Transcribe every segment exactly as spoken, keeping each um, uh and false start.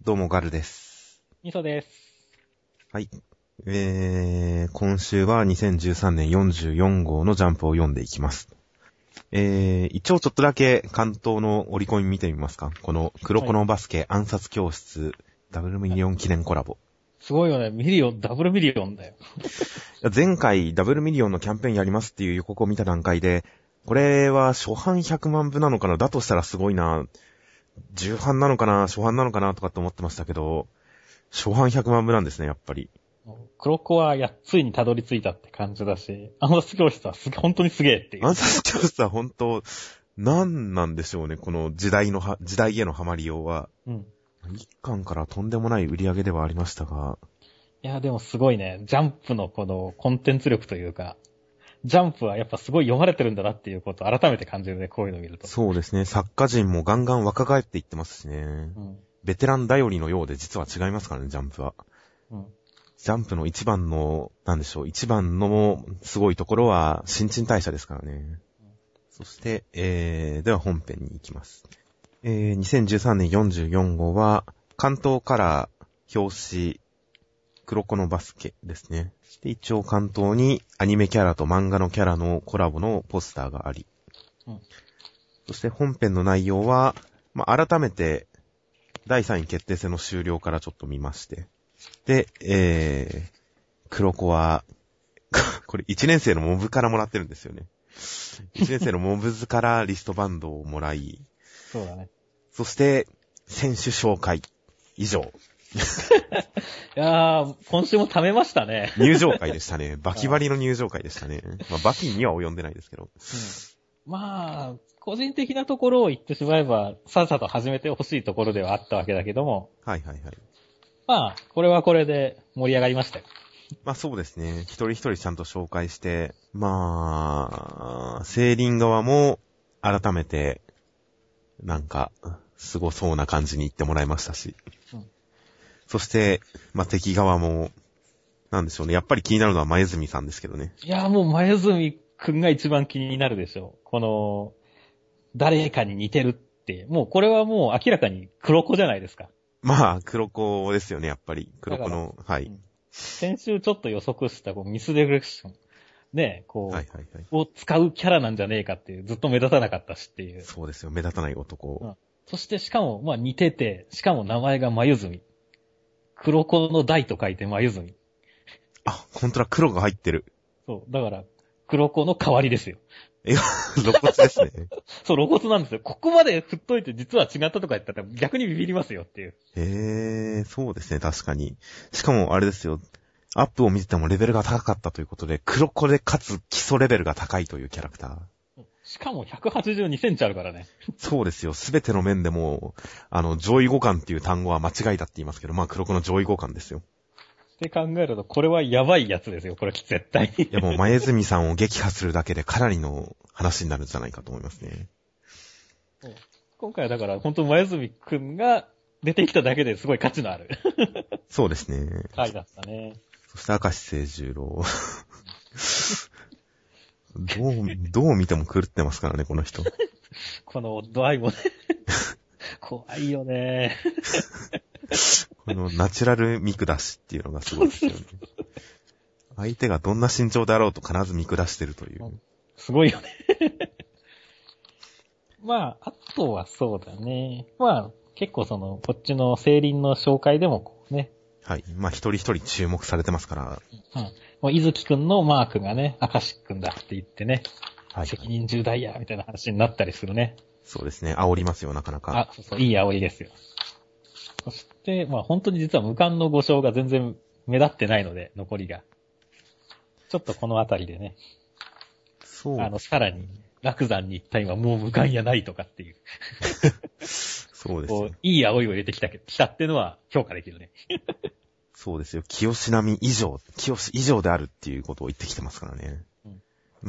どうもガルです。 みそです。 はい。えー、今週はにせんじゅうさんねんよんじゅうよんごうのジャンプを読んでいきます。えー、一応ちょっとだけ関東の折り込み見てみますか。この黒子のバスケ暗殺教室ダブルミリオン記念コラボ。 すごいよね。ミリオン、ダブルミリオンだよ。 前回ダブルミリオンのキャンペーンやりますっていう予告を見た段階で、これは初版ひゃくまんぶなのかな、だとしたらすごいな、重版なのかな、初版なのかなとかって思ってましたけど、初版ひゃくまんぶなんですね、やっぱり。 黒子はや、ついにたどり着いたって感じだし、暗殺教室はす本当にすげえっていう。 暗殺教室は本当、なんなんでしょうね、この時代のは、時代へのハマりようは。うん。一巻からとんでもない売り上げではありましたが。 いや、でもすごいね。ジャンプのこのコンテンツ力というか、ジャンプはやっぱすごい読まれてるんだなっていうことを改めて感じるね、こういうのを見ると。 そうですね、作家陣もガンガン若返っていってますしね。うん、ベテラン頼りのようで実は違いますからね、ジャンプは。うん、ジャンプの一番の、なんでしょう、一番のすごいところは新陳代謝ですからね。うん、そして、えー、では本編に行きます。えー、にせんじゅうさんねんよんじゅうよんごうは、関東カラー、表紙、黒子のバスケですね。で、一応関東にアニメキャラと漫画のキャラのコラボのポスターがあり。うん、そして本編の内容は、まあ、改めて、だいさんい決定戦の終了からちょっと見まして。で、えー、黒子は、これいちねん生のモブからもらってるんですよね。いちねん生のモブズからリストバンドをもらい。 そうだね。 そして、選手紹介。以上。 いやー、今週も貯めましたね。 入場会でしたね。バキバリの入場会でしたね。まあ、バキには及んでないですけど。うん、 まあ、個人的なところを言ってしまえば、さっさと始めてほしいところではあったわけだけども。 はいはいはい。 まあ、これはこれで盛り上がりましたよ。 まあそうですね。一人一人ちゃんと紹介して、まあ、セーリン側も改めて、なんか、すごそうな感じに言ってもらいましたし。うん、そして、まあ敵側も、なんでしょうね。やっぱり気になるのは前住さんですけどね。 いや、もう前住くんが一番気になるでしょう。この、誰かに似てるって。もうこれはもう明らかに黒子じゃないですか。 まあ、黒子ですよね、やっぱり。黒子の、はい、うん。 先週ちょっと予測したこうミスディレクション。ね、こう、 はいはいはい、 を使うキャラなんじゃねえかっていう、ずっと目立たなかったしっていう。 そうですよ、目立たない男。 うん、そしてしかも、まあ似てて、しかも名前が眉住。黒子の大と書いて眉住。 あ、本当だ、黒が入ってる。 そう、だから、黒子の代わりですよ。 いや、露骨ですね。 そう、露骨なんですよ。ここまで振っといて実は違ったとか言ったら逆にビビりますよっていう。 へー、そうですね、確かに。しかもあれですよ、アップを見ててもレベルが高かったということで、黒子でかつ基礎レベルが高いというキャラクター。 しかもひゃくはちじゅうにセンチあるからね。 そうですよ、すべての面でも、あの、上位互換っていう単語は間違いだって言いますけど、まあ黒子の上位互換ですよ。 って考えると、これはやばいやつですよ、これ絶対に。 いやもう前住さんを撃破するだけでかなりの話になるんじゃないかと思いますね。 今回はだから本当前住くんが出てきただけですごい価値のある。 そうですね。 はいだったね。 そして明石清十郎。どう、どう見ても狂ってますからね、この人。 このドアイもね。怖いよね。 このナチュラル見下しっていうのがすごいですよね。相手がどんな身長であろうと必ず見下してるという。 すごいよね。まあ、あとはそうだね。まあ、結構その、こっちの聖輪の紹介でもこうね。 はい。まあ、一人一人注目されてますから。 うん。もう、伊豆木くんのマークがね、明石くんだって言ってね。はい。責任重大や、みたいな話になったりするね。 そうですね。煽りますよ、なかなか。 あ、そうそう、いい煽りですよ。そして、まあ本当に実は無冠のご賞が全然目立ってないので、残りが。ちょっとこのあたりでね。そう。あの、さらに、楽山に行った今もう無冠やないとかっていう。 そうですよ。 いい煽りを入れてきたけど、来たっていうのは評価できるね。 そうですよ。清志並み以上、清志以上であるっていうことを言ってきてますからね。うん、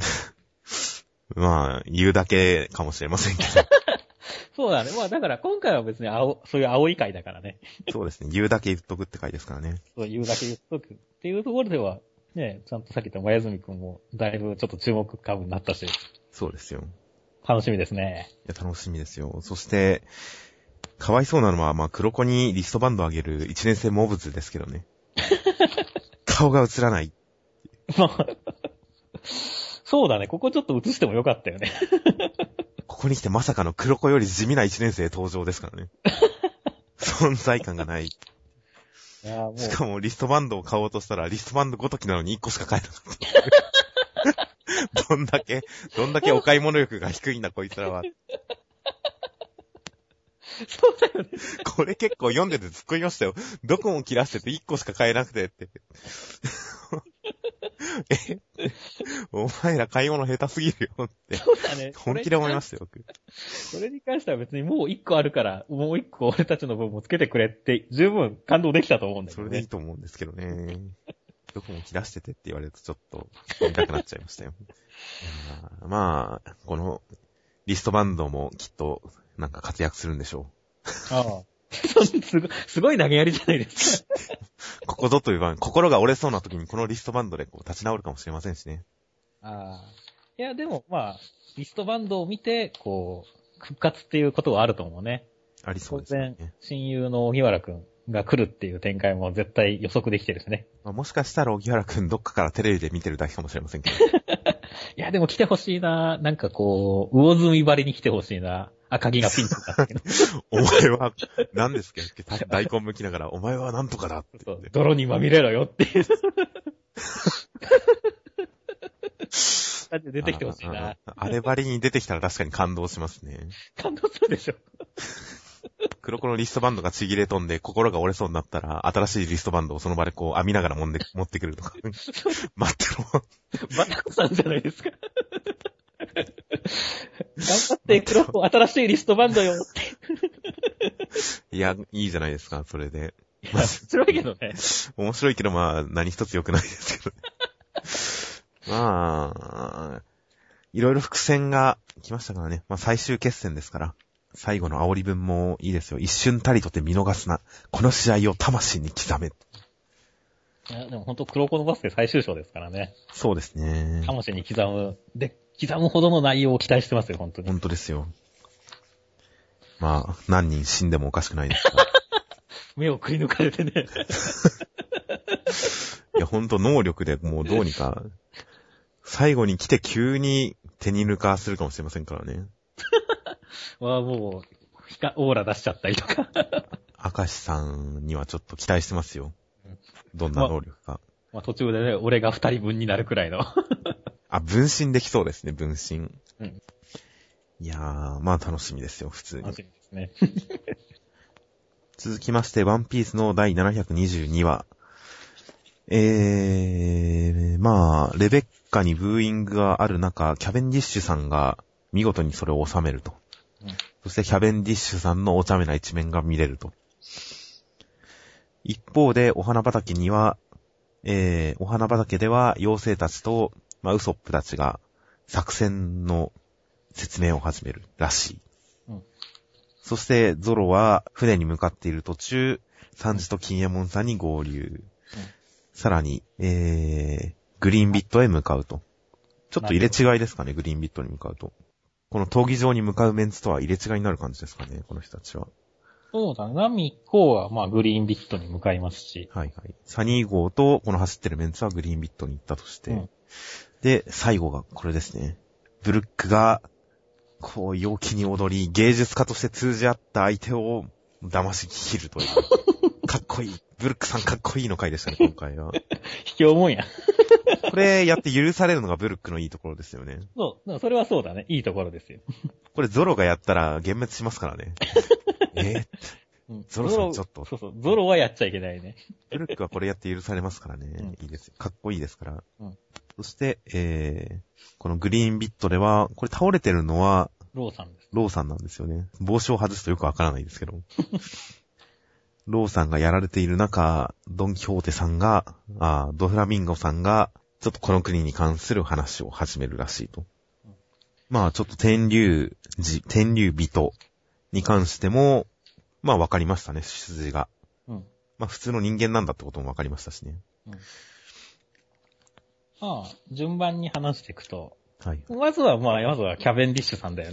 まあ、言うだけかもしれませんけど。 そうだね。まあだから今回は別に青、そういう青い会だからね。 そうですね。言うだけ言っとくって回ですからね。 そう、言うだけ言っとくっていうところでは、ね、ちゃんとさっき言った前住くんもだいぶちょっと注目株になったし。 そうですよ。 楽しみですね。 いや、楽しみですよ。そして、 かわいそうなのは、まあ、黒子にリストバンドあげる一年生モブズですけどね。顔が映らない。 まあ、そうだね。ここちょっと映してもよかったよね。 ここに来てまさかの黒子より地味な一年生登場ですからね。存在感がない。いやもうしかもリストバンドを買おうとしたらリストバンドごときなのにいっこしか買えなかった。どんだけ、どんだけお買い物力が低いんだこいつらは。 そうだよね。 これ結構読んでて突っ込みましたよ。どこも切らせてていっこしか買えなくてって。えお前ら買い物下手すぎるよって。 そうだね。 本気で思いましたよ、僕。 それに関しては別にもういっこあるから、もういっこ俺たちの分もつけてくれって十分感動できたと思うんだけどね。 それでいいと思うんですけどね。どこも切らしててって言われるとちょっと言いたくなっちゃいましたよ。まあ、このリストバンドもきっとなんか活躍するんでしょう。 ああ。すごい、すごい投げやりじゃないですか。 ここぞという場面、心が折れそうな時にこのリストバンドでこう立ち直るかもしれませんしね。 ああ。いや、でもまあ、リストバンドを見て、こう、復活っていうことはあると思うね。 ありそうですね。 当然、親友の荻原くんが来るっていう展開も絶対予測できてるしね。 まあ、もしかしたら荻原くんどっかからテレビで見てるだけかもしれませんけど。 いや、でも来てほしいな。なんかこう、魚住張りに来てほしいな。赤木がピンチだったけど。 お前は、何ですか大根向きながら、お前はなんとかだって言って。 泥にまみれろよっていう。だって出てきてほしいな。 あ, あ, あればりに出てきたら確かに感動しますね。 感動するでしょ。 黒子のリストバンドがちぎれ飛んで心が折れそうになったら、新しいリストバンドをその場でこう編みながら持んで持ってくるとか。待ってろ。 バタコさんじゃないですか。頑張って黒子新しいリストバンドよって。 いや、いいじゃないですか、それで。 いや、面白いけどね。 面白いけどまあ、何一つ良くないですけどね。まあ、いろいろ伏線が来ましたからね。まあ最終決戦ですから。最後の煽り文もいいですよ。一瞬たりとて見逃すな。この試合を魂に刻め。 いや、でも本当黒子のバスケ最終章ですからね。 そうですね。 魂に刻む。で、刻むほどの内容を期待してますよ、本当に。 本当ですよ。まあ、何人死んでもおかしくないですから。 目をくり抜かれてね。 いや、本当能力でもうどうにか、最後に来て急に手に抜かするかもしれませんからね。 わあ、もう、オーラ出しちゃったりとか。 明石さんにはちょっと期待してますよ。どんな能力か。 まあ、まあ、途中でね、俺が二人分になるくらいの。 あ、分身できそうですね、分身。 うん。 いやー、まあ楽しみですよ、普通に。 楽しみですね。 続きまして、ワンピースの第ななひゃくにじゅうにわ。えー、まあ、レベッカにブーイングがある中、キャベンディッシュさんが見事にそれを収めると。うん、そしてキャベンディッシュさんのお茶目な一面が見れると。一方で、お花畑には、えー、お花畑では妖精たちと、まあ、ウソップたちが作戦の説明を始めるらしい。うん、そして、ゾロは船に向かっている途中、サンジと金右衛門さんに合流。うん、さらに、えー、グリーンビットへ向かうと。ちょっと入れ違いですかね、グリーンビットに向かうと。この闘技場に向かうメンツとは入れ違いになる感じですかね、この人たちは。 そうだね。ナミコは、まあ、グリーンビットに向かいますし。 はいはい。サニー号と、この走ってるメンツはグリーンビットに行ったとして。うん、で、最後がこれですね。ブルックが、こう、陽気に踊り、芸術家として通じ合った相手を騙し切るという。かっこいい。ブルックさんかっこいいの回でしたね、今回は。 卑怯もんや。 これやって許されるのがブルックのいいところですよね。 そう。それはそうだね。いいところですよ。 これゾロがやったら幻滅しますからね。えー、うん、ゾロさんちょっと。 そうそう。ゾロはやっちゃいけないね。 ブルックはこれやって許されますからね。うん、いいですよ。かっこいいですから。 うん、 そして、えー、このグリーンビットでは、これ倒れてるのは、 ローさんです。 ローさんなんですよね。帽子を外すとよくわからないですけど。ローさんがやられている中、ドンキホーテさんが、あドフラミンゴさんが、ちょっとこの国に関する話を始めるらしいと。うん、まあちょっと天竜寺、天竜人に関しても、まあわかりましたね、出自が。うん、まあ普通の人間なんだってこともわかりましたしね。うん、 まあ、順番に話していくと。 はい。 まずはまあ、まずはキャベンディッシュさんだよね。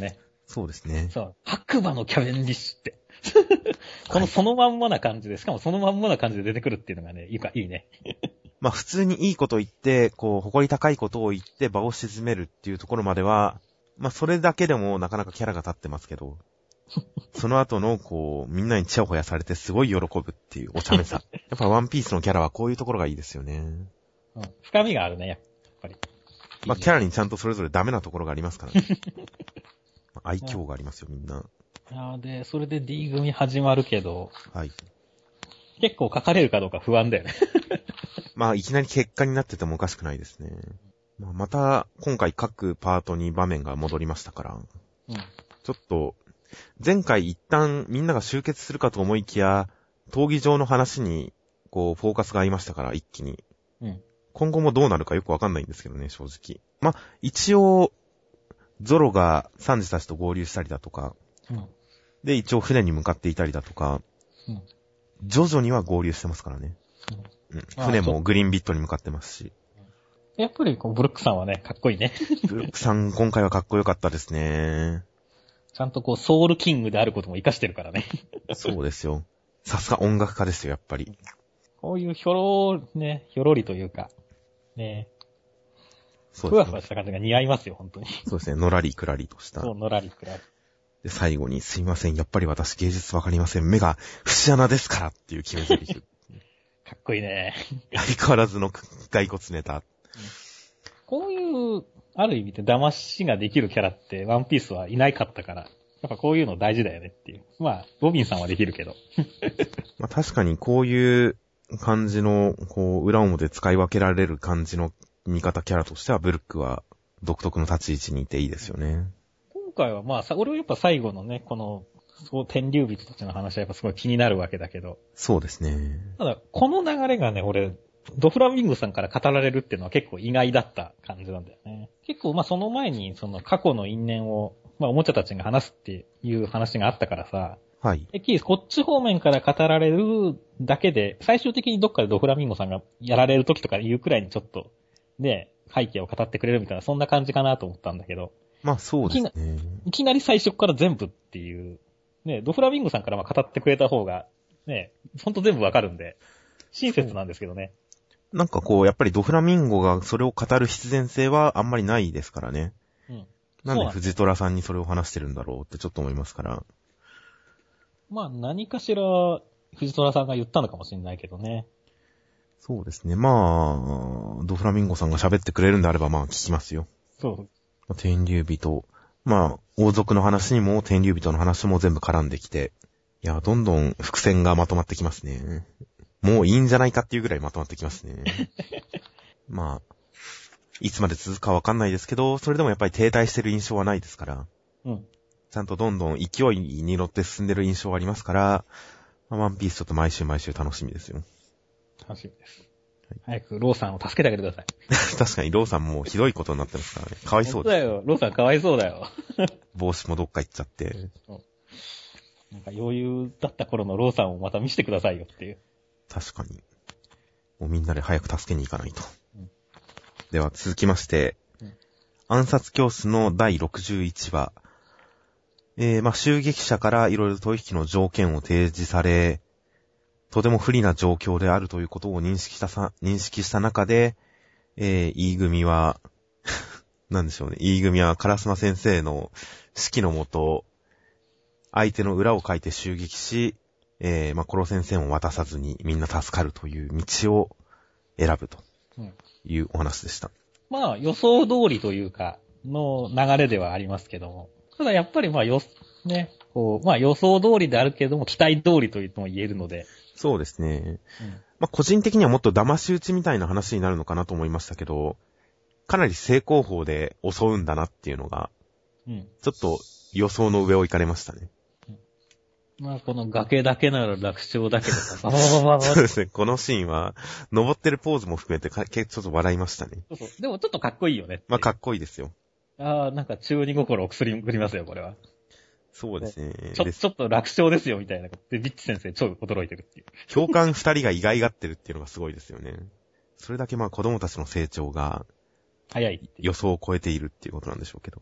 そうですね。 そう。白馬のキャベンディッシュって。このそのまんまな感じで、しかもそのまんまな感じで出てくるっていうのがね、いいか、いいね。 まあ普通にいいこと言って、こう、誇り高いことを言って場を沈めるっていうところまでは、まあそれだけでもなかなかキャラが立ってますけど、その後の、こう、みんなにチヤホヤされてすごい喜ぶっていうお茶目さ。やっぱワンピースのキャラはこういうところがいいですよね。 うん、深みがあるね、やっぱり。 まあキャラにちゃんとそれぞれダメなところがありますからね。愛嬌がありますよ、みんな。 あで、それで D 組始まるけど、 はい。 結構書かれるかどうか不安だよね。 まあ、いきなり結果になっててもおかしくないですね。まあ、また、今回各パートに場面が戻りましたから、うん、ちょっと、前回一旦みんなが集結するかと思いきや、闘技場の話に、こう、フォーカスが合いましたから、一気に。うん、今後もどうなるかよくわかんないんですけどね、正直。まあ、一応、ゾロがサンジたちと合流したりだとか、うん、で、一応船に向かっていたりだとか、うん、徐々には合流してますからね。うんうん、船もグリーンビットに向かってますし。 やっぱりこうブルックさんはね、かっこいいね。 ブルックさん、今回はかっこよかったですね。 ちゃんとこう、ソウルキングであることも活かしてるからね。 そうですよ。さすが音楽家ですよ、やっぱり。 こういうひょろ、ね、ひょろりというか、ね。そうですね。ふわふわした感じが似合いますよ、本当に。 そうですね、のらりくらりとした。 そう、のらりくらり。 で、最後に、すいません、やっぱり私芸術わかりません。目が節穴ですからっていう決め台詞。 かっこいいね。 相変わらずの骸骨ネタ。 こういう、ある意味で騙しができるキャラってワンピースはいないかったから、やっぱこういうの大事だよねっていう。まあ、ロビンさんはできるけど。 まあ確かにこういう感じの、こう、裏表使い分けられる感じの味方キャラとしては、ブルックは独特の立ち位置にいていいですよね。 今回はまあ、俺はやっぱ最後のね、この、そう、天竜人たちの話はやっぱすごい気になるわけだけど。 そうですね。 ただ、この流れがね、俺、ドフラミンゴさんから語られるっていうのは結構意外だった感じなんだよね。結構まあその前にその過去の因縁を、まあおもちゃたちが話すっていう話があったからさ。 はい。 え、キースこっち方面から語られるだけで、最終的にどっかでドフラミンゴさんがやられる時とか言うくらいにちょっと、ね、背景を語ってくれるみたいな、そんな感じかなと思ったんだけど。 まあそうですね。 いきな、いきなり最初から全部っていう、ね、ドフラミンゴさんからまあ語ってくれた方が、ね、ほんと全部わかるんで、親切なんですけどね。 なんかこう、やっぱりドフラミンゴがそれを語る必然性はあんまりないですからね。うん。なんで藤虎さんにそれを話してるんだろうってちょっと思いますから。 まあ何かしら藤虎さんが言ったのかもしれないけどね。 そうですね。まあ、ドフラミンゴさんが喋ってくれるんであればまあ聞きますよ。 そう。 天竜人。まあ、王族の話にも天竜人の話も全部絡んできて。いや、どんどん伏線がまとまってきますね。もういいんじゃないかっていうぐらいまとまってきますね。まあ、いつまで続くかわかんないですけど、それでもやっぱり停滞してる印象はないですから。うん。ちゃんとどんどん勢いに乗って進んでる印象はありますから、ワンピースちょっと毎週毎週楽しみですよ。 楽しみです。はい、早くローさんを助けてあげてください。 確かにローさんもひどいことになってますからね。かわいそうです。 そうだよ。ローさんかわいそうだよ。 帽子もどっか行っちゃって。 なんか余裕だった頃のローさんをまた見せてくださいよっていう。 確かに。もうみんなで早く助けに行かないと。うん、では続きまして、うん、暗殺教室のだいろくじゅういちわ。えー、まあ、襲撃者からいろいろ取引の条件を提示され、とても不利な状況であるということを認識したさ、認識した中で、えー、E 組は、なんでしょうね。E 組は烏丸先生の指揮のもと、相手の裏をかいて襲撃し、えー、まあ、コロ先生も渡さずにみんな助かるという道を選ぶというお話でした。 うん、まあ、予想通りというか、の流れではありますけども。ただやっぱりまあ、よ、ね、こう、まあ予想通りであるけれども、期待通りと言っても言えるので。 そうですね。うん、まあ、個人的にはもっと騙し討ちみたいな話になるのかなと思いましたけど、かなり正攻法で襲うんだなっていうのが、うん、ちょっと予想の上を行かれましたね。 まあ、この崖だけなら楽勝だけどさ、ババババババそうですね。このシーンは、登ってるポーズも含めてか、ちょっと笑いましたね。 そうそう。でもちょっとかっこいいよね。 まあ、かっこいいですよ。 ああ、なんか中二心をくすりむりますよ、これは。 そうですね。 ちょ、ちょっと楽勝ですよ、みたいな。で、ビッチ先生超驚いてるっていう。 教官二人が意外がってるっていうのがすごいですよね。それだけまあ子供たちの成長が、 早い。 予想を超えているっていうことなんでしょうけど。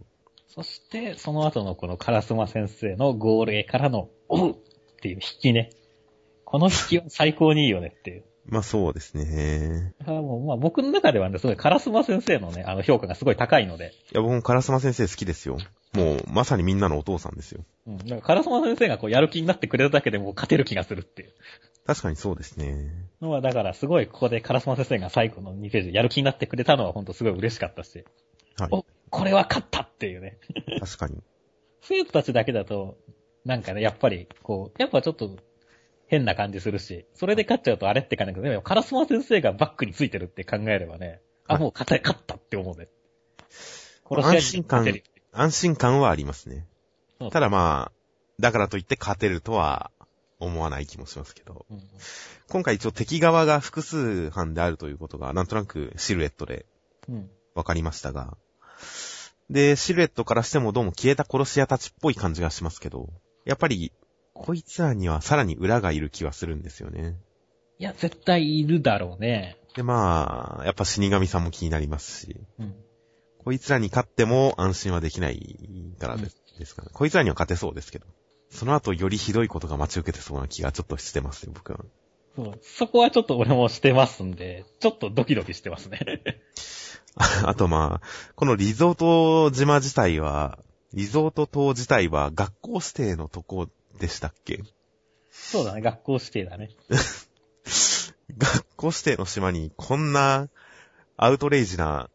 そして、その後のこの烏丸先生の号令からの、おうっていう引きね。この引きは最高にいいよねっていう。 まあそうですね。 あもうまあ僕の中ではね、すごい烏丸先生のね、あの評価がすごい高いので。 いや、僕も烏丸先生好きですよ。もう、まさにみんなのお父さんですよ。 うん。だから烏丸先生がこうやる気になってくれるだけでもう勝てる気がするっていう。 確かにそうですね。 まあだからすごいここで烏丸先生が最後のにページでやる気になってくれたのはほんとすごい嬉しかったし。はい。お、これは勝ったっていうね。 確かに。 生徒たちだけだと、なんかね、やっぱり、こう、やっぱちょっと変な感じするし、それで勝っちゃうとあれって感じだけど、でも烏丸先生がバックについてるって考えればね、はい、あ、もう勝った、勝ったって思うね。 安心感、安心感はありますね。ただまあ、だからといって勝てるとは思わない気もしますけど、うんうん、今回一応敵側が複数犯であるということがなんとなくシルエットで分かりましたが、うん、で、シルエットからしてもどうも消えた殺し屋たちっぽい感じがしますけど、やっぱりこいつらにはさらに裏がいる気はするんですよね。 いや、絶対いるだろうね。 で、まあ、やっぱ死神さんも気になりますし、うん、こいつらに勝っても安心はできないからです、うん、ですから、ね、こいつらには勝てそうですけど、その後よりひどいことが待ち受けてそうな気がちょっとしてますよ、僕は。 そう。そこはちょっと俺もしてますんで、ちょっとドキドキしてますね。 あとまあ、このリゾート島自体は、リゾート島自体は学校指定のとこでしたっけ？ そうだね、学校指定だね。 学校指定の島にこんなアウトレイジな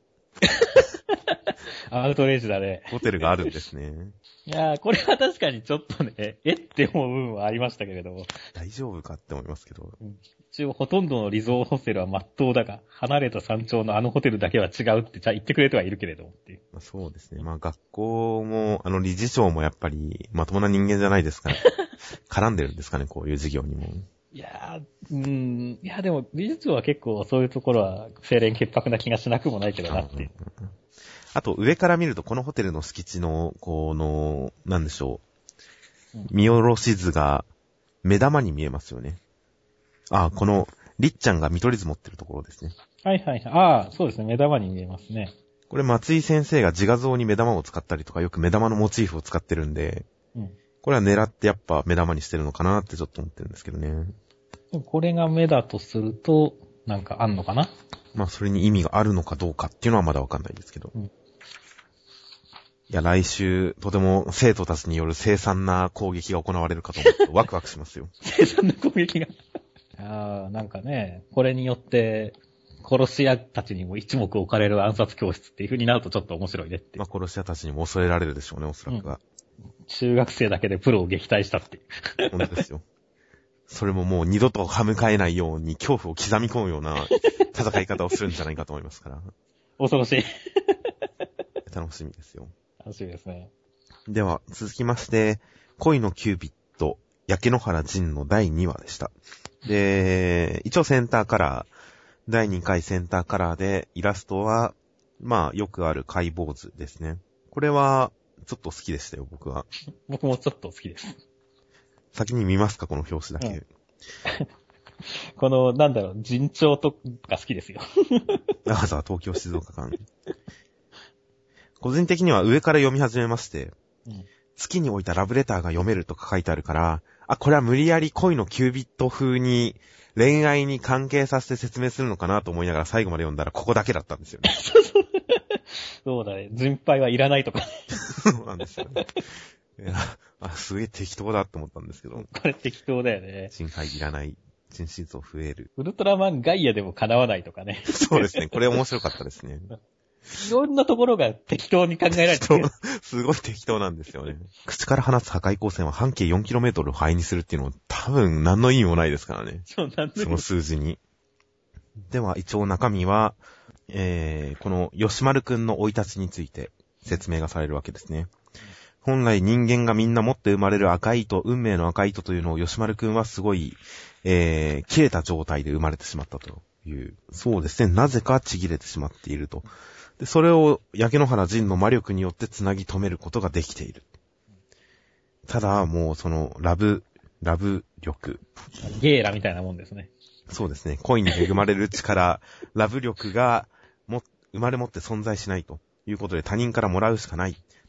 アウトレイジだね。 ホテルがあるんですね。 いやー、これは確かにちょっとね、えって思う部分はありましたけれども。 大丈夫かって思いますけど。 うん、一応ほとんどのリゾートホテルは真っ当だが、離れた山頂のあのホテルだけは違うってじゃあ言ってくれてはいるけれどもっていう。 まあ、そうですね。まあ学校も、あの理事長もやっぱりまともな人間じゃないですから、絡んでるんですかね、こういう事業にも。 いやー、うーん、いやでも理事長は結構そういうところは清廉潔白な気がしなくもないけどなっていう。 あと、上から見ると、このホテルの敷地の、この、なんでしょう。見下ろし図が、目玉に見えますよね。ああ、この、りっちゃんが見取り図持ってるところですね。 はいはいはい。ああ、そうですね。目玉に見えますね。 これ、松井先生が自画像に目玉を使ったりとか、よく目玉のモチーフを使ってるんで、うん、これは狙ってやっぱ目玉にしてるのかなってちょっと思ってるんですけどね。 これが目だとすると、なんかあんのかな？ まあ、それに意味があるのかどうかっていうのはまだわかんないですけど。うん、いや、来週、とても生徒たちによる凄惨な攻撃が行われるかと思うとワクワクしますよ。 凄惨な攻撃が。ああ、なんかね、これによって、殺し屋たちにも一目置かれる暗殺教室っていう風になるとちょっと面白いねって。 まあ、殺し屋たちにも恐れられるでしょうね、おそらくは。 うん、中学生だけでプロを撃退したっていう。 本当ですよ。それももう二度と歯向かえないように恐怖を刻み込むような戦い方をするんじゃないかと思いますから。 恐ろしい。 楽しみですよ。 楽しみですね。 では、続きまして、恋のキュービッド、焼け野原仁のだいにわでした。で、一応センターカラー、だいにかいセンターカラーで、イラストは、まあ、よくある解剖図ですね。これは、ちょっと好きでしたよ、僕は。 僕もちょっと好きです。 先に見ますか、この表紙だけ。うん、 この、なんだろう、人長とか好きですよ。 あとは東京静岡間。個人的には上から読み始めまして、うん、月に置いたラブレターが読めるとか書いてあるから、あ、これは無理やり恋のキュービット風に恋愛に関係させて説明するのかなと思いながら最後まで読んだらここだけだったんですよね。 そうそう。そうだね。人配はいらないとか。 そうなんですよね。いや、あ、すげえ適当だって思ったんですけど。これ適当だよね。 人配いらない。人心臓増える。 ウルトラマンガイアでも叶わないとかね。 そうですね。これ面白かったですね。 いろんなところが適当に考えられてる。 すごい適当なんですよね。口から放つ破壊光線は半径 よんキロメートル を範囲にするっていうのは多分何の意味もないですからね。 そうなんです。 その数字に。では一応中身は、えー、この吉丸くんの生い立ちについて説明がされるわけですね。本来人間がみんな持って生まれる赤い糸、運命の赤い糸というのを吉丸くんはすごい、えー、切れた状態で生まれてしまったという。そうですね。なぜかちぎれてしまっていると。で、それを焼け野原仁の魔力によってつなぎ止めることができている。ただ、もうその、ラブ、ラブ力。 ゲーラみたいなもんですね。 そうですね。恋に恵まれる力、ラブ力がも、生まれ持って存在しないということで他人からもらうしかない。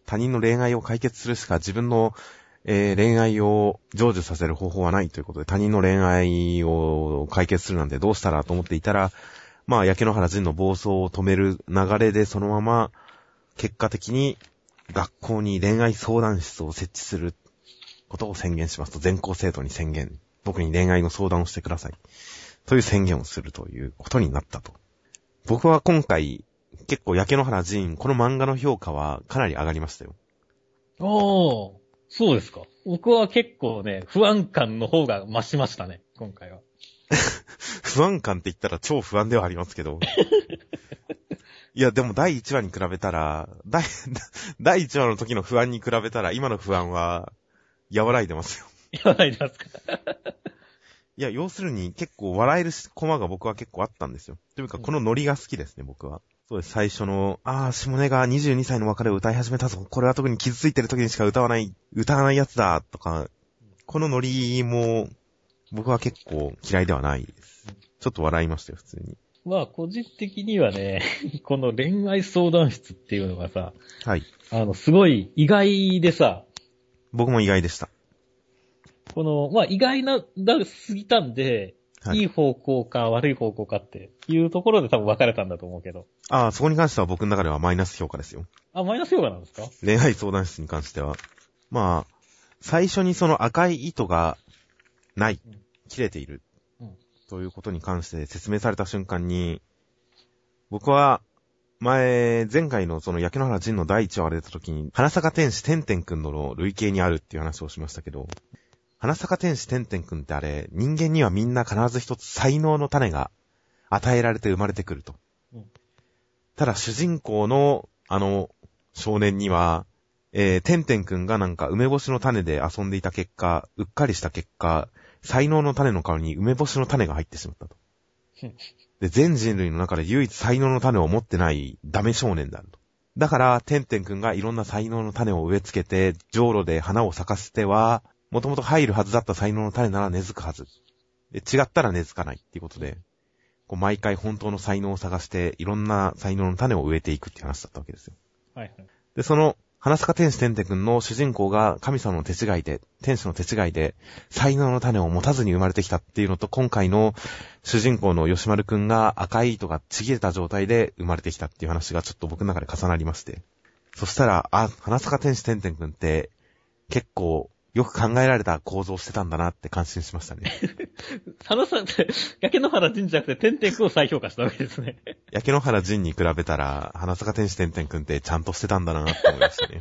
他人の恋愛を解決するしか自分の、えー、恋愛を成就させる方法はないということで、他人の恋愛を解決するなんてどうしたらと思っていたら、まあ、焼け野原仁の暴走を止める流れでそのまま、結果的に学校に恋愛相談室を設置することを宣言しますと、全校生徒に宣言。僕に恋愛の相談をしてください。という宣言をするということになったと。僕は今回、結構焼け野原仁、この漫画の評価はかなり上がりましたよ。 おー、そうですか。僕は結構ね、不安感の方が増しましたね、今回は。 不安感って言ったら超不安ではありますけど。いや、でもだいいちわに比べたら、だい、だいいちわの時の不安に比べたら、今の不安は、和らいでますよ。 和らいでますか。 いや、要するに結構笑えるコマが僕は結構あったんですよ。というか、このノリが好きですね、僕は。そうです、最初の、あー、下根がにじゅうにさいの別れを歌い始めたぞ。これは特に傷ついてる時にしか歌わない、歌わないやつだ、とか、このノリも、僕は結構嫌いではないです。ちょっと笑いましたよ、普通に。 まあ、個人的にはね、この恋愛相談室っていうのがさ、 はい。 あの、すごい意外でさ、 僕も意外でした。 この、まあ、意外な、だ、すぎたんで、はい、いい方向か悪い方向かっていうところで多分分かれたんだと思うけど。 ああ、そこに関しては僕の中ではマイナス評価ですよ。 あ、マイナス評価なんですか？ 恋愛相談室に関しては。まあ、最初にその赤い糸がない、うん、切れている。ということに関して説明された瞬間に、僕は、前、前回のその焼け野原仁の第一話が出た時に、花坂天使てんてんくんの類型にあるっていう話をしましたけど、花坂天使てんてんくんってあれ、人間にはみんな必ず一つ才能の種が与えられて生まれてくると。うん、ただ主人公のあの少年には、えー、てんてんくんがなんか梅干しの種で遊んでいた結果、うっかりした結果、才能の種の代わりに梅干しの種が入ってしまったと。で、全人類の中で唯一才能の種を持ってないダメ少年であると。だから、てんてんくんがいろんな才能の種を植え付けて、じょうろで花を咲かせては、もともと入るはずだった才能の種なら根付くはず。で、違ったら根付かないっていうことで、こう毎回本当の才能を探して、いろんな才能の種を植えていくっていう話だったわけですよ。 はいはい。 で、その、花坂天使てんてんくんの主人公が神様の手違いで、天使の手違いで、才能の種を持たずに生まれてきたっていうのと、今回の主人公の吉丸くんが赤い糸がちぎれた状態で生まれてきたっていう話がちょっと僕の中で重なりまして。そしたら、あ、花坂天使てんてんくんって結構よく考えられた構造をしてたんだなって感心しましたね。 花さんって、焼け野原仁じゃなくててんてんくんを再評価したわけですね。 焼け野原仁に比べたら、花坂天使てんてんくんってちゃんとしてたんだなって思いましたね。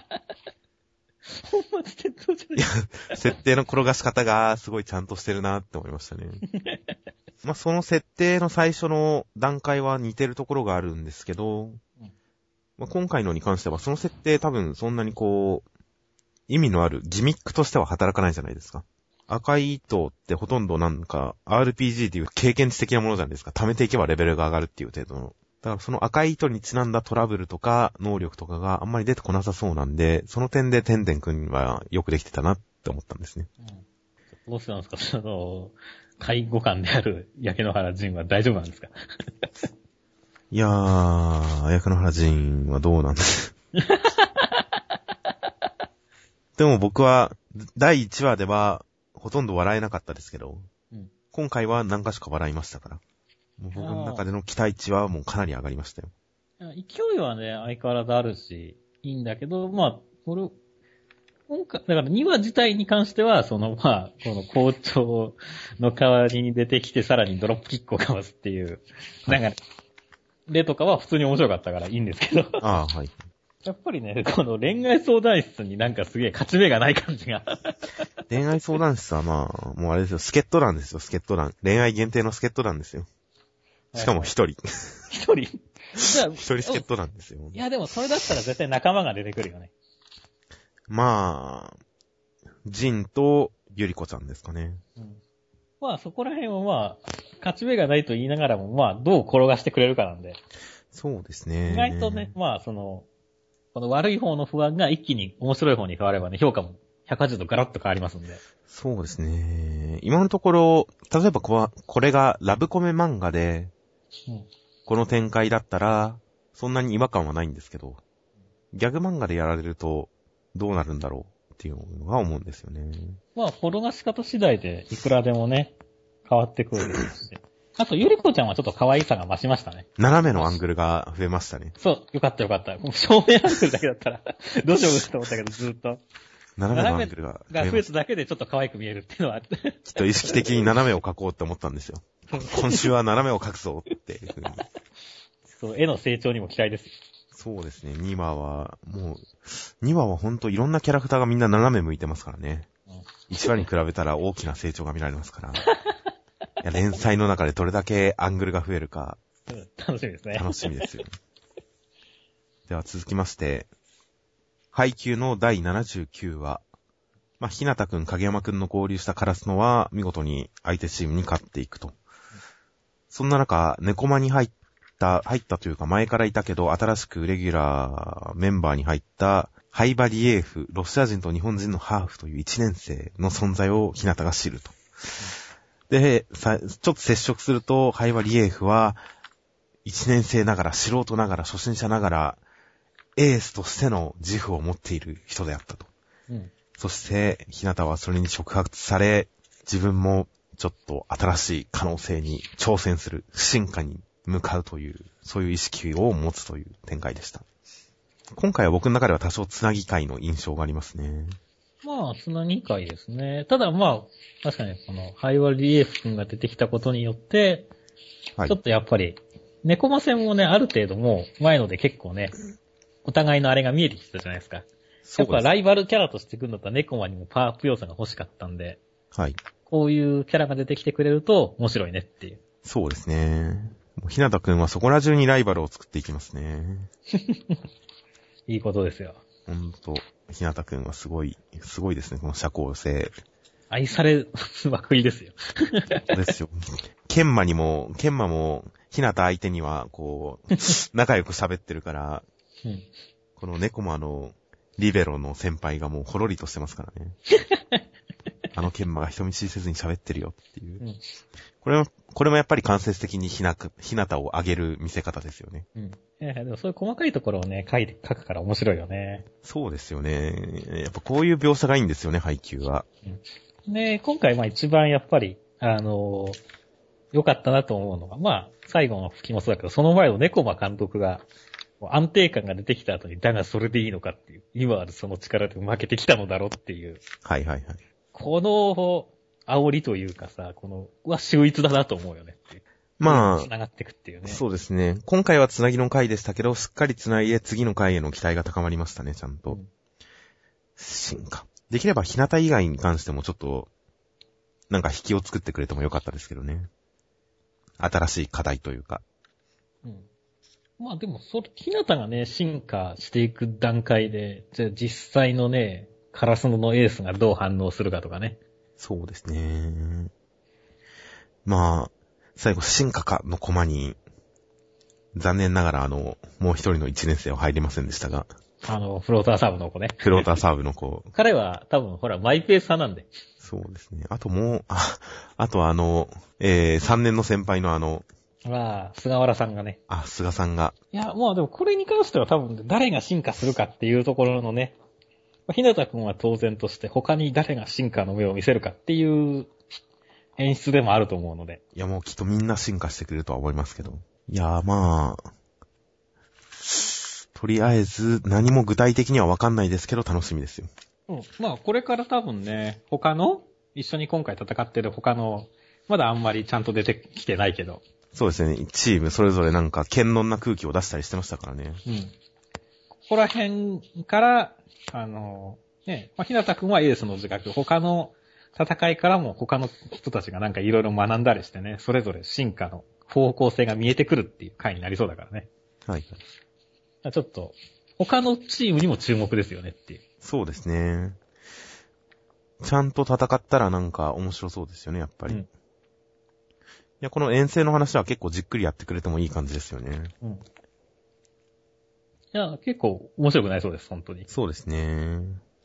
ほんまってどうじゃない？いや、設定の転がし方がすごいちゃんとしてるなって思いましたね。まあ、その設定の最初の段階は似てるところがあるんですけど、まあ、今回のに関してはその設定多分そんなにこう、意味のあるギミックとしては働かないじゃないですか。赤い糸ってほとんどなんか アールピージー っていう経験値的なものじゃないですか。貯めていけばレベルが上がるっていう程度の。だからその赤い糸にちなんだトラブルとか能力とかがあんまり出てこなさそうなんで、その点でてんてんくんはよくできてたなって思ったんですね。 うん、どうしてなんですか？その、介護官である焼け野原仁は大丈夫なんですか？ いやー、焼け野原仁はどうなんですでも僕はだいいちわではほとんど笑えなかったですけど、うん、今回は何か所か笑いましたから。もう僕の中での期待値はもうかなり上がりましたよ。 勢いはね、相変わらずあるし、いいんだけど、まあ、これ、今回、だからにわ自体に関しては、その、まあ、この校長の代わりに出てきて、さらにドロップキックをかわすっていう、はい、なんか、例とかは普通に面白かったからいいんですけど。 ああ、はい。 やっぱりね、この恋愛相談室になんかすげえ勝ち目がない感じが。 恋愛相談室はまあ、もうあれですよ、助っ人欄ですよ、助っ人欄。恋愛限定の助っ人欄ですよ。しかも一人。 一人一人助っ人なんですよ。 いやでもそれだったら絶対仲間が出てくるよね。 まあ、ジンとゆりこちゃんですかね。 うん、まあそこら辺はまあ、勝ち目がないと言いながらも、まあどう転がしてくれるかなんで。 そうですね。 意外とね、まあその、この悪い方の不安が一気に面白い方に変わればね、評価もひゃくはちじゅうどガラッと変わりますんで。 そうですね。今のところ、例えばここれがラブコメ漫画で、うん、この展開だったら、そんなに違和感はないんですけど、 ギャグ漫画でやられるとどうなるんだろうっていうのが思うんですよね。 まあ、転がし方次第でいくらでもね、変わってくるですし。あと、ゆりこちゃんはちょっと可愛さが増しましたね。 斜めのアングルが増えましたね。 そう、よかったよかった。正面アングルだけだったら、どうしようかと思ったけど、ずっと。 斜めのアングルが増えが増えただけでちょっと可愛く見えるっていうのはあって。 きっと意識的に斜めを描こうって思ったんですよ。今週は斜めを描くぞっていう風に。 そう、絵の成長にも期待です。 そうですね、にわは、もう、にわはほんといろんなキャラクターがみんな斜め向いてますからね。うん、いちわに比べたら大きな成長が見られますから。いや、連載の中でどれだけアングルが増えるか。 うん、楽しみですね。 楽しみですよ。では続きまして、配給のだいななじゅうきゅうわ。まあ、ひなたくん、影山くんの合流したカラスノは、見事に相手チームに勝っていくと。そんな中、ネコマに入った、入ったというか前からいたけど、新しくレギュラーメンバーに入った、ハイバリエーフ、ロシア人と日本人のハーフといういちねん生の存在をひなたが知ると。で、さ、ちょっと接触すると、ハイバリエーフは、いちねん生ながら、素人ながら、初心者ながら、エースとしての自負を持っている人であったと。うん、そして、ひなたはそれに触発され、自分もちょっと新しい可能性に挑戦する、進化に向かうという、そういう意識を持つという展開でした。今回は僕の中では多少つなぎ会の印象がありますね。 まあ、つなぎ会ですね。ただまあ、確かにこのハイワリエフ君が出てきたことによって、はい、ちょっとやっぱり、猫マ戦もね、ある程度もう前ので結構ね、お互いのあれが見えてきてたじゃないですか。やっぱライバルキャラとして来るんだったら猫マにもパワーアップ要素が欲しかったんで、はい。こういうキャラが出てきてくれると面白いねっていう。 そうですね。ひなたくんはそこら中にライバルを作っていきますね。 いいことですよ。 ほんと、ひなたくんはすごい、すごいですね、この社交性。 愛されまくりですよ。 ですよ。ケンマにも、ケンマも、ひなた相手には、こう、仲良く喋ってるから、うん、この猫もあの、リベロの先輩がもうほろりとしてますからね。あのケンマが人見知りせずに喋ってるよっていう。うん、これも、これもやっぱり間接的にひな、ひなたを上げる見せ方ですよね。 うん。いやいや、でもそういう細かいところをね、書いて、書くから面白いよね。 そうですよね。やっぱこういう描写がいいんですよね、配給は。 うん、で、今回まあ一番やっぱり、あのー、良かったなと思うのが、まあ、最後の吹きもそうだけど、その前の猫間監督が、安定感が出てきた後に、だがそれでいいのかっていう、今あるその力で負けてきたのだろうっていう。 はいはいはい。 この、煽りというかさ、この、は秀逸だなと思うよねっていう。 まあ、 繋がっていくっていうね。 そうですね。今回はつなぎの回でしたけど、しっかりつないで次の回への期待が高まりましたね、ちゃんと。うん、進化。できれば日向以外に関してもちょっと、なんか引きを作ってくれてもよかったですけどね。新しい課題というか。 うん。まあでも、それ、ひなたがね、進化していく段階で、じゃあ実際のね、カラスノのエースがどう反応するかとかね。 そうですね。まあ、最後、進化かのコマに、残念ながらあの、もう一人の一年生は入りませんでしたが。 あの、フローターサーブの子ね。 フローターサーブの子。 彼は多分、ほら、マイペース派なんで。 そうですね。あともう、あ、あとあの、えー、さんねんの先輩のあの、 まあ、菅原さんがね。 あ、菅さんが。 いや、まあでもこれに関しては多分誰が進化するかっていうところのね、ひなたくんは当然として他に誰が進化の目を見せるかっていう演出でもあると思うので。 いやもうきっとみんな進化してくれるとは思いますけど。いやまあ、とりあえず何も具体的にはわかんないですけど楽しみですよ。 うん。まあこれから多分ね、他の、一緒に今回戦ってる他の、まだあんまりちゃんと出てきてないけど。 そうですね。チームそれぞれなんか堅能な空気を出したりしてましたからね。 うん。ここら辺から、あの、ね、まあ、ひなたくんはエースの自覚、他の戦いからも他の人たちがなんかいろいろ学んだりしてね、それぞれ進化の方向性が見えてくるっていう回になりそうだからね。 はい。 ちょっと、他のチームにも注目ですよねっていう。 そうですね。ちゃんと戦ったらなんか面白そうですよね、やっぱり。うん、いや、この遠征の話は結構じっくりやってくれてもいい感じですよね。うん。いや、結構面白くなりそうです、本当に。 そうですね。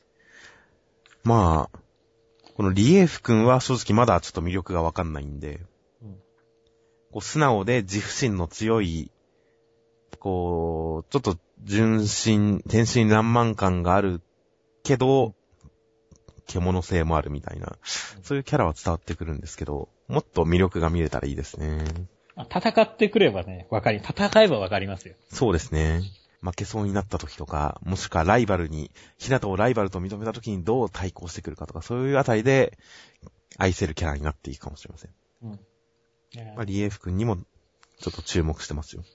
まあ、このリエーフ君は正直まだちょっと魅力がわかんないんで、うん、こう素直で自負心の強い、こう、ちょっと純真、天真爛漫感があるけど、獣性もあるみたいな、そういうキャラは伝わってくるんですけど、もっと魅力が見れたらいいですね。 戦ってくればね、わかり、戦えばわかりますよ。 そうですね。負けそうになった時とか、もしくはライバルに、ひなたをライバルと認めた時にどう対抗してくるかとか、そういうあたりで愛せるキャラになっていいかもしれません。うん。まあ、リエーフ君にもちょっと注目してますよ。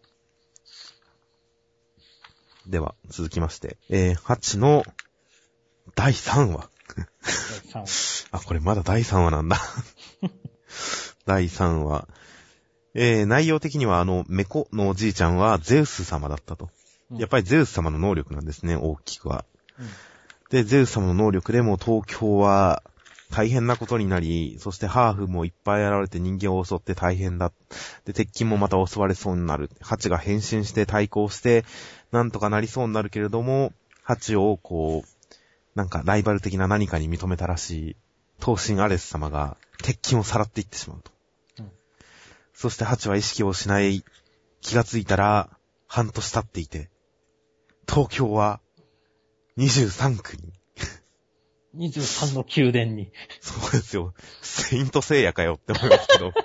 うん、では、続きまして、えー、はちのだいさんわ。だいさんわ。あ、これまだだいさんわなんだ。だいさんわ。えー、内容的にはあの、メコのおじいちゃんはゼウス様だったと。うん、やっぱりゼウス様の能力なんですね、大きくは。うん、で、ゼウス様の能力でも東京は大変なことになり、そしてハーフもいっぱい現れて人間を襲って大変だ。で、鉄筋もまた襲われそうになる。ハチが変身して対抗して、なんとかなりそうになるけれども、ハチをこう、なんかライバル的な何かに認めたらしい、闘神アレス様が鉄筋をさらっていってしまうと。うん、そしてハチは意識を失い、気がついたら半年経っていて、東京はにじゅうさんくに。 にじゅうさんの宮殿に。 そうですよ。セイントセイヤかよって思い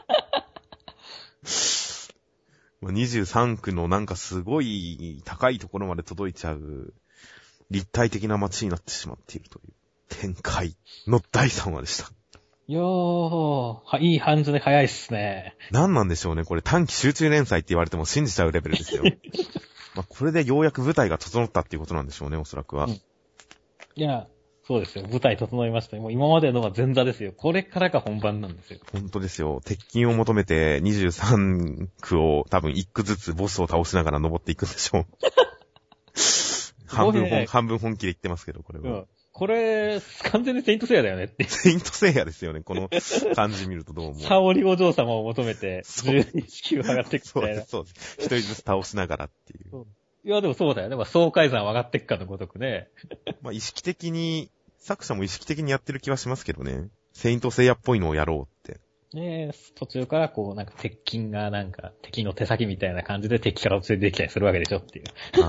ますけど。にじゅうさんくのなんかすごい高いところまで届いちゃう立体的な街になってしまっているという展開のだいさんわでした。 いやー、いい感じで早いっすね。 何なんでしょうね。これ短期集中連載って言われても信じちゃうレベルですよ。まあこれでようやく舞台が整ったっていうことなんでしょうね、おそらくは。うん、 いや、そうですよ。舞台整いました。もう今までのは前座ですよ。これからが本番なんですよ。 本当ですよ。鉄筋を求めてにじゅうさんくを多分いっくずつボスを倒しながら登っていくんでしょう。半分本、半分本気で言ってますけど、これは。うん、 これ、完全にセイントセイヤだよねって。 セイントセイヤですよね、この感じ見るとどうも。 サオリお嬢様を求めて、じゅうに地球上がっていくみたいな。 そうです、そうです。一人ずつ倒しながらっていう。 いや、でもそうだよね。まあ、総海山上がっていくかのごとくね。 まあ、意識的に、作者も意識的にやってる気はしますけどね。セイントセイヤっぽいのをやろうって。 ねえ、途中からこう、なんか鉄筋がなんか敵の手先みたいな感じで敵から連れてきたりするわけでしょっていう。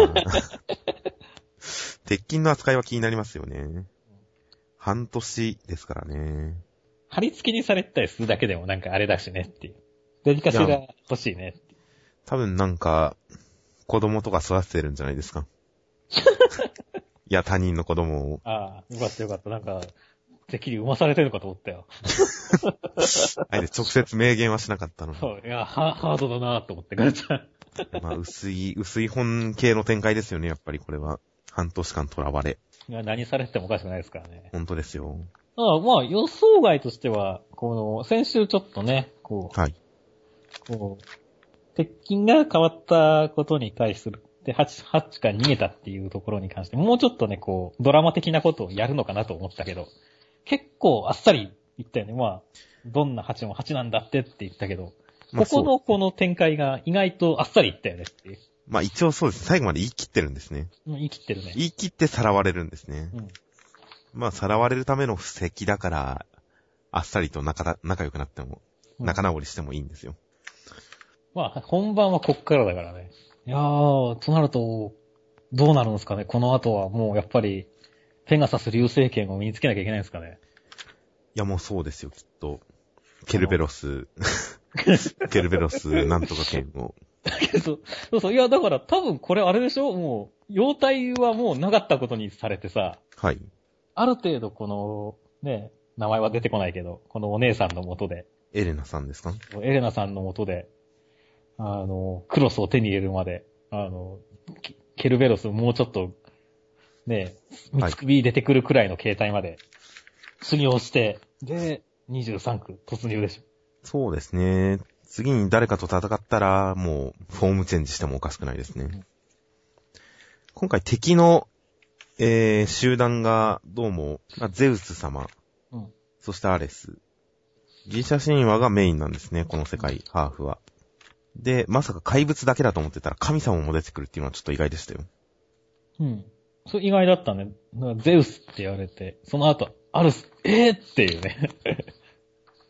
鉄筋の扱いは気になりますよね。半年ですからね。 貼り付けにされたりするだけでもなんかあれだしねっていう。何かしら欲しいねっていう。 多分なんか、子供とか育ててるんじゃないですか。いや、他人の子供を。 ああ、よかったよかった。なんか、てっきり産まされてるのかと思ったよ。 あえて直接明言はしなかったのに。 そう、いや、ハードだなぁと思ってガチャ。 まあ、薄い、薄い本系の展開ですよね、やっぱりこれは。半年間囚われ。 いや、何されてもおかしくないですからね。 本当ですよ。 ああ、まあ、予想外としては、この、先週ちょっとね、こう、はい。こう、鉄筋が変わったことに対する、で、ハチ、ハチから逃げたっていうところに関して、もうちょっとね、こう、ドラマ的なことをやるのかなと思ったけど、結構あっさり言ったよね。まあ、どんなハチもハチなんだってって言ったけど、まあ、ここのこの展開が意外とあっさり言ったよねっていう。 まあ一応そうです。最後まで言い切ってるんですね。 うん、言い切ってるね。 言い切ってさらわれるんですね。うん、まあさらわれるための布石だから、あっさりと仲だ、仲良くなっても、仲直りしてもいいんですよ。 うん、まあ本番はこっからだからね。いやー、となると、どうなるんですかね。この後はもうやっぱり、ペガサス流星剣を身につけなきゃいけないんですかね。 いやもうそうですよ、きっと。ケルベロス、ケルベロスなんとか剣を。 だけど、そうそう、いやだから多分これあれでしょ、もう、容体はもうなかったことにされてさ。 はい。 ある程度この、ね、名前は出てこないけど、このお姉さんの元で。 エレナさんですか？ エレナさんの元で、あの、クロスを手に入れるまで、あの、ケルベロスもうちょっと、ね、三つ首出てくるくらいの形態まで、修行して、で、にじゅうさんく突入でしょ。 そうですね。次に誰かと戦ったら、もう、フォームチェンジしてもおかしくないですね。うん、今回敵の、えー、集団が、どうも、まあ、ゼウス様、うん、そしてアレス。ギリシャ神話がメインなんですね、この世界、うん、ハーフは。で、まさか怪物だけだと思ってたら神様も出てくるっていうのはちょっと意外でしたよ。 うん。それ意外だったね。ゼウスって言われて、その後、アルス、えーっていうね。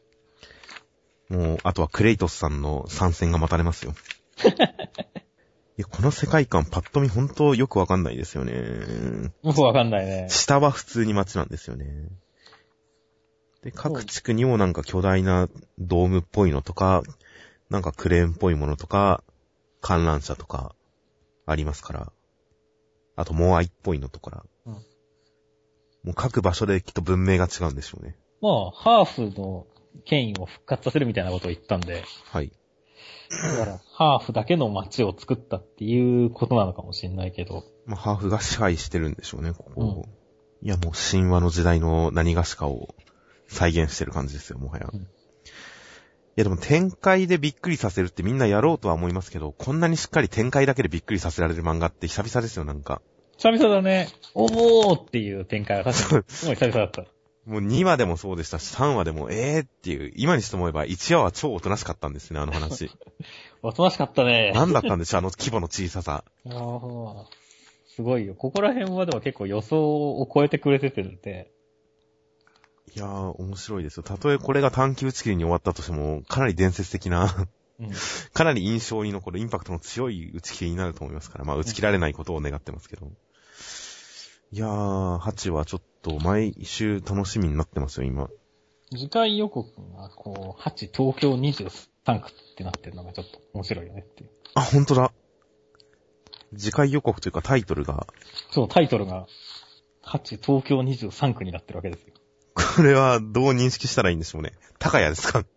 もう、あとはクレイトスさんの参戦が待たれますよ。いいや、この世界観パッと見ほんとよくわかんないですよね。 よくわかんないね。 下は普通に街なんですよね。で、各地区にもなんか巨大なドームっぽいのとか、なんかクレーンっぽいものとか、観覧車とかありますから。あとモアイっぽいのとか、うん、もう各場所できっと文明が違うんでしょうね。 まあ、ハーフの権威を復活させるみたいなことを言ったんで。 はい。 だから、ハーフだけの街を作ったっていうことなのかもしれないけど。 まあ、ハーフが支配してるんでしょうね、ここ。うん、いや、もう神話の時代の何がしかを再現してる感じですよ、もはや。うん、いや、でも展開でびっくりさせるってみんなやろうとは思いますけど、こんなにしっかり展開だけでびっくりさせられる漫画って久々ですよ、なんか。 久々だね。おーっていう展開は確かに、すごい久々だった。 もうにわでもそうでしたし、さんわでもえーっていう、今にして思えばいちわは超おとなしかったんですね、あの話。 おとなしかったね。 なんだったんでしょう、あの規模の小ささ。 ああ、すごいよ。ここら辺はでも結構予想を超えてくれててるんで。 いやー、面白いですよ。たとえこれが短期打ち切りに終わったとしても、かなり伝説的な、うん、かなり印象に残るインパクトの強い打ち切りになると思いますから、まあ打ち切られないことを願ってますけど。うん、いやー、はちはちょっと毎週楽しみになってますよ、今。 次回予告が、こう、はち東京にじゅうさん区ってなってるのがちょっと面白いよねっていう。 あ、ほんとだ。次回予告というかタイトルが。 そう、タイトルが、はち東京にじゅうさん区になってるわけですよ。 これはどう認識したらいいんでしょうね。高谷ですか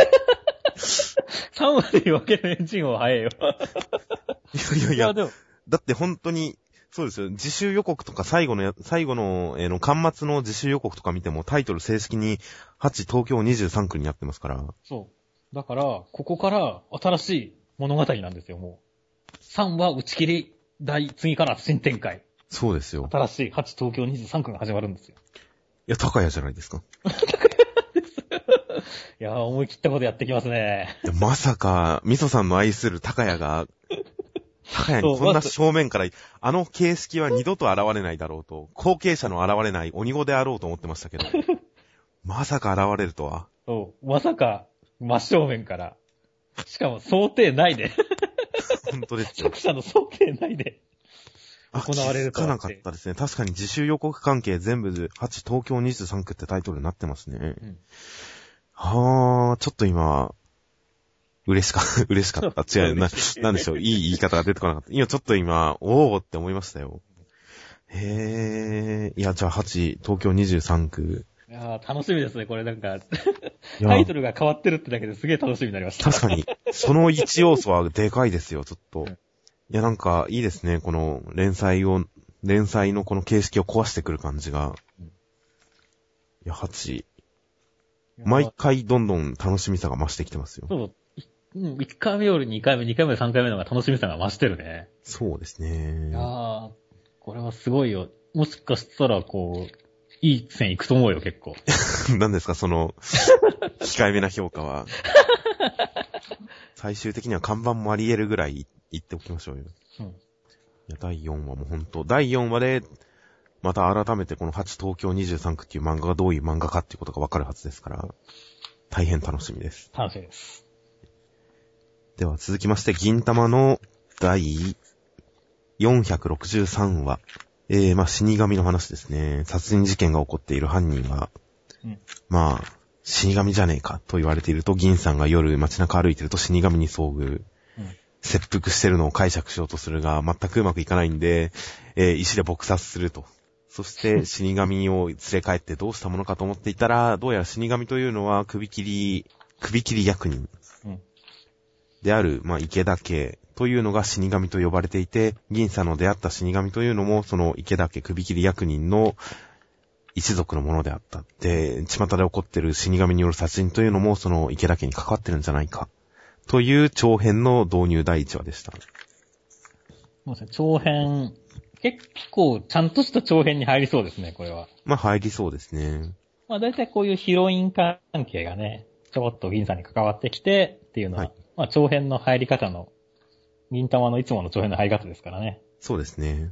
さんわで分けるエンジンは早いよ。 いやいやいや、だって本当に、そうですよ。自習予告とか最後のや、最後の、えー、の、巻末の自習予告とか見てもタイトル正式にはち東京にじゅうさん区になってますから。 そう。だから、ここから新しい物語なんですよ、もう。さんは打ち切り、第、次から新展開。 そうですよ。 新しいはち東京にじゅうさん区が始まるんですよ。 いや、高谷じゃないですか。 高谷です。いやー、思い切ったことやってきますね。 いやまさか、みそさんの愛する高谷が、高谷にこんな正面から、あの形式は二度と現れないだろうと、後継者の現れない鬼子であろうと思ってましたけど、まさか現れるとは。 そう、まさか、真正面から。しかも想定内で。 本当ですよ。 作者の想定内で。行われるとは。気づかなかったですね。確かに自習予告関係全部ではち東京にじゅうさん区ってタイトルになってますね。うん、はー、ちょっと今、嬉しか、嬉しかった。違う、な、なんでしょう。いい言い方が出てこなかった。いや、ちょっと今、おーって思いましたよ。へー。いや、じゃあはち東京にじゅうさん区。 いやー、楽しみですね。これなんか、タイトルが変わってるってだけですげえ楽しみになりました。 確かに。その一要素はでかいですよ、ちょっと。うん、いや、なんか、いいですね。この、連載を、連載のこの形式を壊してくる感じが。うん、いや、はち。毎回どんどん楽しみさが増してきてますよ。 そう。いっかいめよりにかいめ、にかいめ、さんかいめの方が楽しみさが増してるね。 そうですね。 いやー、これはすごいよ。もしかしたら、こう、いい線いくと思うよ、結構。 何ですか、その、控えめな評価は。最終的には看板もあり得るぐらい言っておきましょうよ。うん。いや、だいよんわもほんと、だいよんわで、また改めてこのはち東京にじゅうさん区っていう漫画がどういう漫画かっていうことがわかるはずですから、大変楽しみです。 楽しみです。 では続きまして、銀玉のだいよんひゃくろくじゅうさんわ。えー、まあ、死神の話ですね。殺人事件が起こっている犯人は、うん、まあ、死神じゃねえかと言われていると、銀さんが夜街中歩いてると死神に遭遇。うん、切腹してるのを解釈しようとするが、全くうまくいかないんで、えー、石で撲殺すると。そして死神を連れ帰ってどうしたものかと思っていたら、どうやら死神というのは首切り、首切り役人。うんである、まあ、池田家というのが死神と呼ばれていて、銀さんの出会った死神というのも、その池田家首切り役人の一族のものであった。で、巷で起こっている死神による殺人というのも、その池田家に関わってるんじゃないか。という長編の導入第一話でした。 そうですね、長編、結構ちゃんとした長編に入りそうですね、これは。 まあ入りそうですね。 まあ大体こういうヒロイン関係がね、ちょこっと銀さんに関わってきてっていうのは、はい、まあ長編の入り方の、銀玉のいつもの長編の入り方ですからね。 そうですね。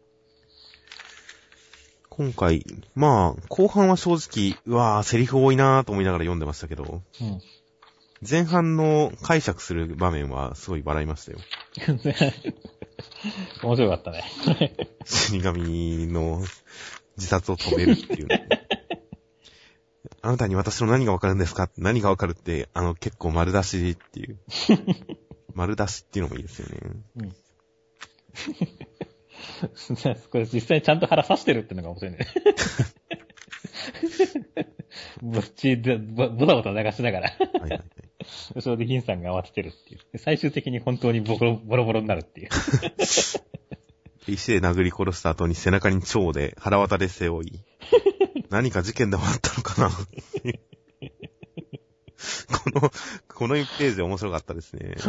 今回、まあ、後半は正直、うわぁ、セリフ多いなぁと思いながら読んでましたけど、うん、 前半の解釈する場面はすごい笑いましたよ。 面白かったね。 死神の自殺を止めるっていう、ね。あなたに私の何がわかるんですか？何がわかるって、あの、結構丸出しっていう。丸出しっていうのもいいですよね。うん。 これ実際ちゃんと腹刺してるってのが面白いね。ぼっちで、ぼ、ぼたぼた流しながら。はいはいはい。それで銀さんが慌ててるっていう。最終的に本当にボロボロボロになるっていう。 石で殴り殺した後に背中に蝶で腹渡で背負い。何か事件でもあったのかな。この、このいちページ面白かったですね。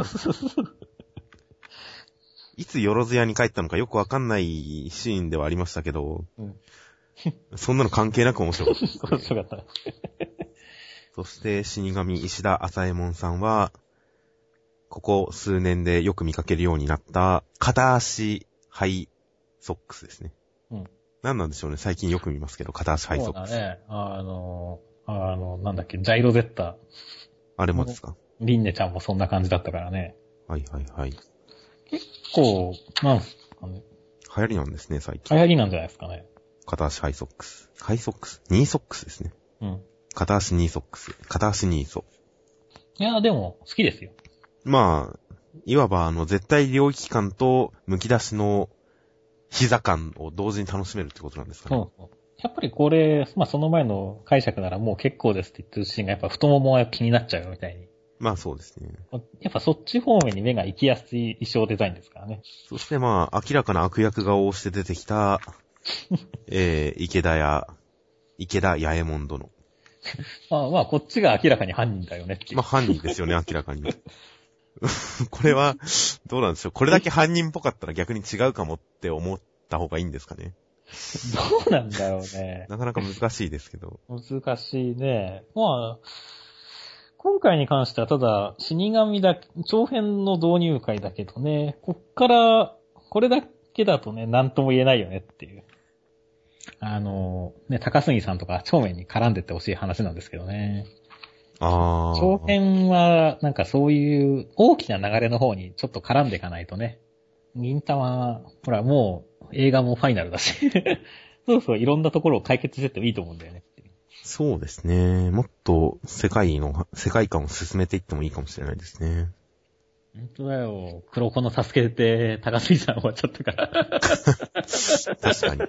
いつよろず屋に帰ったのかよくわかんないシーンではありましたけど、うん、そんなの関係なく面白かったです、ね。面白かった。そして死神石田朝右衛門さんは、ここ数年でよく見かけるようになった片足ハイソックスですね。うん。何なんでしょうね。最近よく見ますけど、片足ハイソックス。そうだね。 あの、あの、なんだっけ、ジャイロゼッタ。 あれもですか。 リンネちゃんもそんな感じだったからね。 はいはいはい。 結構、なんすかね。 流行りなんですね、最近。 流行りなんじゃないですかね。 片足ハイソックス。ハイソックスニーソックスですね。うん。片足ニーソックス。片足ニーソ。 いや、でも、好きですよ。 まあ、いわばあの、絶対領域感と、剥き出しの膝感を同時に楽しめるってことなんですかね。そうそう。 やっぱりこれ、まあその前の解釈ならもう結構ですって言ってるシーンがやっぱ太ももが気になっちゃうみたいに。 まあそうですね。 やっぱそっち方面に目が行きやすい衣装デザインですからね。 そしてまあ、明らかな悪役顔をして出てきた、えー、池田や、池田八右衛門殿。 まあまあ、こっちが明らかに犯人だよねっていう。 まあ犯人ですよね、明らかに。これは、どうなんでしょう。これだけ犯人っぽかったら逆に違うかもって思った方がいいんですかね。 どうなんだろうね。 なかなか難しいですけど。 難しいね。まあ、今回に関してはただ、死神だ、長編の導入会だけどね、こっから、これだけだとね、なんとも言えないよねっていう。あの、ね、高杉さんとか長面に絡んでってほしい話なんですけどね。ああ。長編は、なんかそういう大きな流れの方にちょっと絡んでいかないとね。銀玉、ほらもう映画もファイナルだし。そうそういろんなところを解決してってもいいと思うんだよね。 そうですね。もっと世界の、世界観を進めていってもいいかもしれないですね。 本当だよ。黒子のサスケで高杉さん終わっちゃったから。 確かに。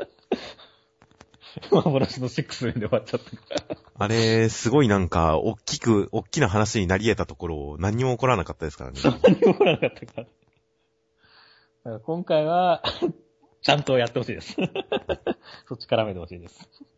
幻のシックス面で終わっちゃったから。 あれ、すごいなんか、大きく、大きな話になり得たところを何にも起こらなかったですからね。 何にも起こらなかったから。だから今回は、ちゃんとやってほしいです。そっち絡めてほしいです。